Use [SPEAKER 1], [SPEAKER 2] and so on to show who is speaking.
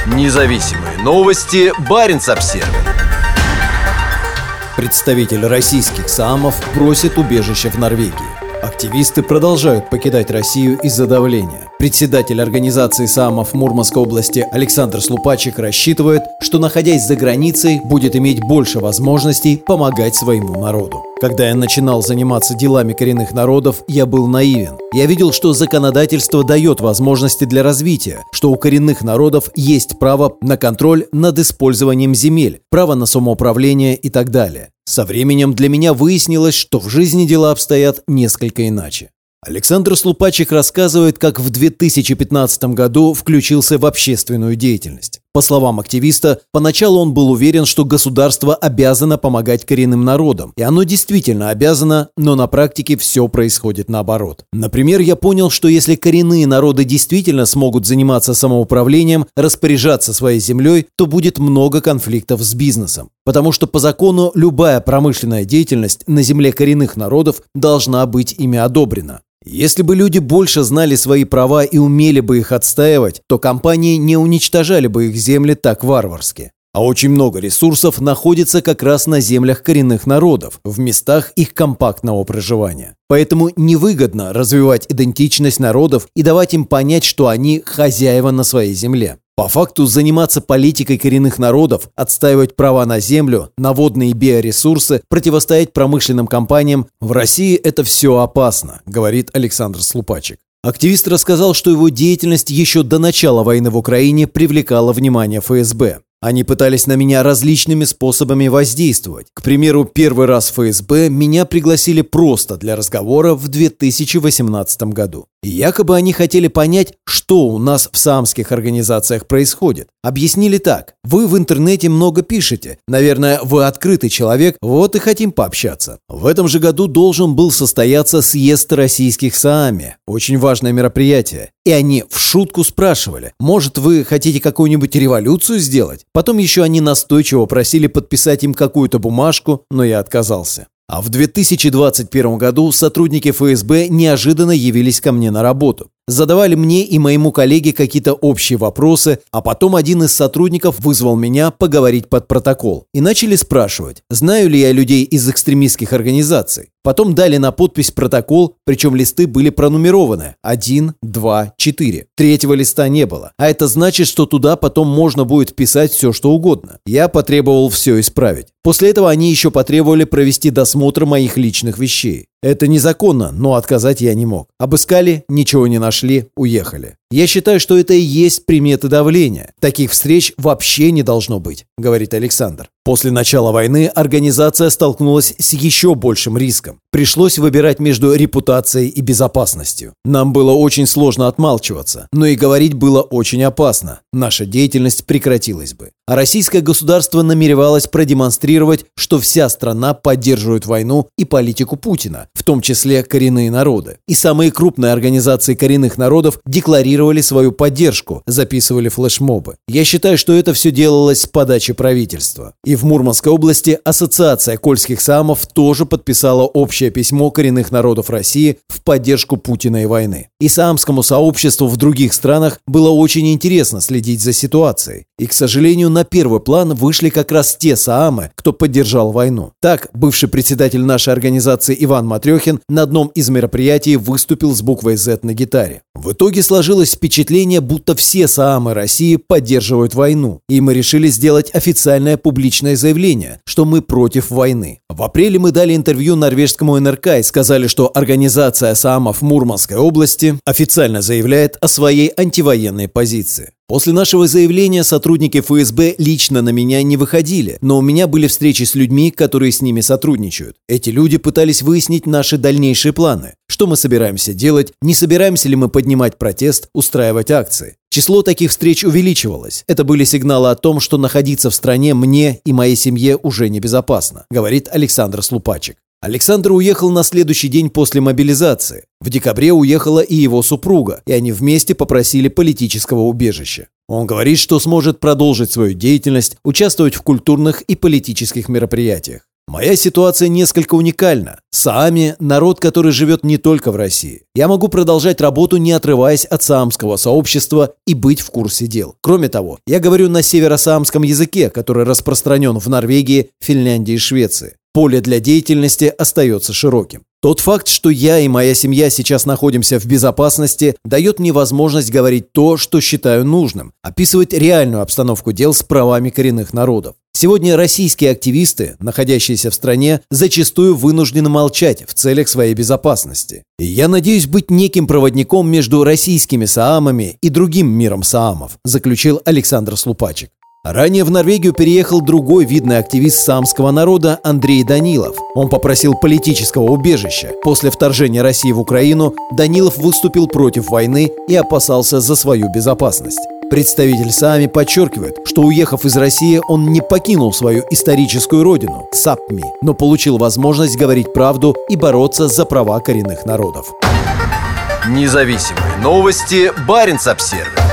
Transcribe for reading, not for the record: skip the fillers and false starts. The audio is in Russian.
[SPEAKER 1] Независимые новости. Баренц-Обсервис.
[SPEAKER 2] Представитель российских СААМов просит убежище в Норвегии. Активисты продолжают покидать Россию из-за давления. Председатель организации СААМов Мурманской области Александр Слупачик рассчитывает, что, находясь за границей, будет иметь больше возможностей помогать своему народу. Когда я начинал заниматься делами коренных народов, я был наивен. Я видел, что законодательство дает возможности для развития, что у коренных народов есть право на контроль над использованием земель, право на самоуправление и так далее. Со временем для меня выяснилось, что в жизни дела обстоят несколько иначе. Александр Слупачик рассказывает, как в 2015 году включился в общественную деятельность. По словам активиста, поначалу он был уверен, что государство обязано помогать коренным народам. И оно действительно обязано, но на практике все происходит наоборот. Например, я понял, что если коренные народы действительно смогут заниматься самоуправлением, распоряжаться своей землей, то будет много конфликтов с бизнесом. Потому что по закону любая промышленная деятельность на земле коренных народов должна быть ими одобрена. Если бы люди больше знали свои права и умели бы их отстаивать, то компании не уничтожали бы их земли так варварски. А очень много ресурсов находится как раз на землях коренных народов, в местах их компактного проживания. Поэтому невыгодно развивать идентичность народов и давать им понять, что они хозяева на своей земле. По факту заниматься политикой коренных народов, отстаивать права на землю, на водные биоресурсы, противостоять промышленным компаниям – в России это все опасно, говорит Александр Слупачик. Активист рассказал, что его деятельность еще до начала войны в Украине привлекала внимание ФСБ. Они пытались на меня различными способами воздействовать. К примеру, первый раз в ФСБ меня пригласили просто для разговора в 2018 году. И якобы они хотели понять, что у нас в саамских организациях происходит. Объяснили так: вы в интернете много пишете, наверное, вы открытый человек, вот и хотим пообщаться. В этом же году должен был состояться съезд российских СААМи, очень важное мероприятие. И они в шутку спрашивали: может, вы хотите какую-нибудь революцию сделать? Потом еще они настойчиво просили подписать им какую-то бумажку, но я отказался. А в 2021 году сотрудники ФСБ неожиданно явились ко мне на работу. Задавали мне и моему коллеге какие-то общие вопросы, а потом один из сотрудников вызвал меня поговорить под протокол. И начали спрашивать, знаю ли я людей из экстремистских организаций. Потом дали на подпись протокол, причем листы были пронумерованы. 1, 2, 4. Третьего листа не было. А это значит, что туда потом можно будет писать все, что угодно. Я потребовал все исправить. После этого они еще потребовали провести досмотр моих личных вещей. Это незаконно, но отказать я не мог. Обыскали, ничего не нашли, уехали. Я считаю, что это и есть приметы давления. Таких встреч вообще не должно быть, говорит Александр. После начала войны организация столкнулась с еще большим риском. Пришлось выбирать между репутацией и безопасностью. Нам было очень сложно отмалчиваться, но и говорить было очень опасно. Наша деятельность прекратилась бы. А российское государство намеревалось продемонстрировать, что вся страна поддерживает войну и политику Путина, в том числе коренные народы. И самые крупные организации коренных народов декларировали свою поддержку, записывали флешмобы. Я считаю, что это все делалось с подачи правительства. И в Мурманской области Ассоциация кольских СААМов тоже подписала общее письмо коренных народов России в поддержку Путина и войны. И саамскому сообществу в других странах было очень интересно следить за ситуацией. И, к сожалению, на первый план вышли как раз те СААМы, кто поддержал войну. Так, бывший председатель нашей организации Иван Матрехин на одном из мероприятий выступил с буквой «З» на гитаре. В итоге сложилось впечатление, будто все СААМы России поддерживают войну. И мы решили сделать официальное публичное заявление, что мы против войны. В апреле мы дали интервью норвежскому НРК и сказали, что организация СААМов Мурманской области официально заявляет о своей антивоенной позиции. После нашего заявления сотрудники ФСБ лично на меня не выходили, но у меня были встречи с людьми, которые с ними сотрудничают. Эти люди пытались выяснить наши дальнейшие планы. Что мы собираемся делать, не собираемся ли мы поднимать протест, устраивать акции. Число таких встреч увеличивалось. Это были сигналы о том, что находиться в стране мне и моей семье уже небезопасно, говорит Александр Слупачик. Александр уехал на следующий день после мобилизации. В декабре уехала и его супруга, и они вместе попросили политического убежища. Он говорит, что сможет продолжить свою деятельность, участвовать в культурных и политических мероприятиях. Моя ситуация несколько уникальна. Саами – народ, который живет не только в России. Я могу продолжать работу, не отрываясь от саамского сообщества и быть в курсе дел. Кроме того, я говорю на северосаамском языке, который распространен в Норвегии, Финляндии и Швеции. Поле для деятельности остается широким. Тот факт, что я и моя семья сейчас находимся в безопасности, дает мне возможность говорить то, что считаю нужным, описывать реальную обстановку дел с правами коренных народов. Сегодня российские активисты, находящиеся в стране, зачастую вынуждены молчать в целях своей безопасности. И я надеюсь быть неким проводником между российскими саамами и другим миром саамов, заключил Александр Слупачик. Ранее в Норвегию переехал другой видный активист саамского народа Андрей Данилов. Он попросил политического убежища. После вторжения России в Украину Данилов выступил против войны и опасался за свою безопасность. Представитель Саами подчеркивает, что, уехав из России, он не покинул свою историческую родину – Сапми, но получил возможность говорить правду и бороться за права коренных народов.
[SPEAKER 1] Независимые новости. Баренц-Обсервис.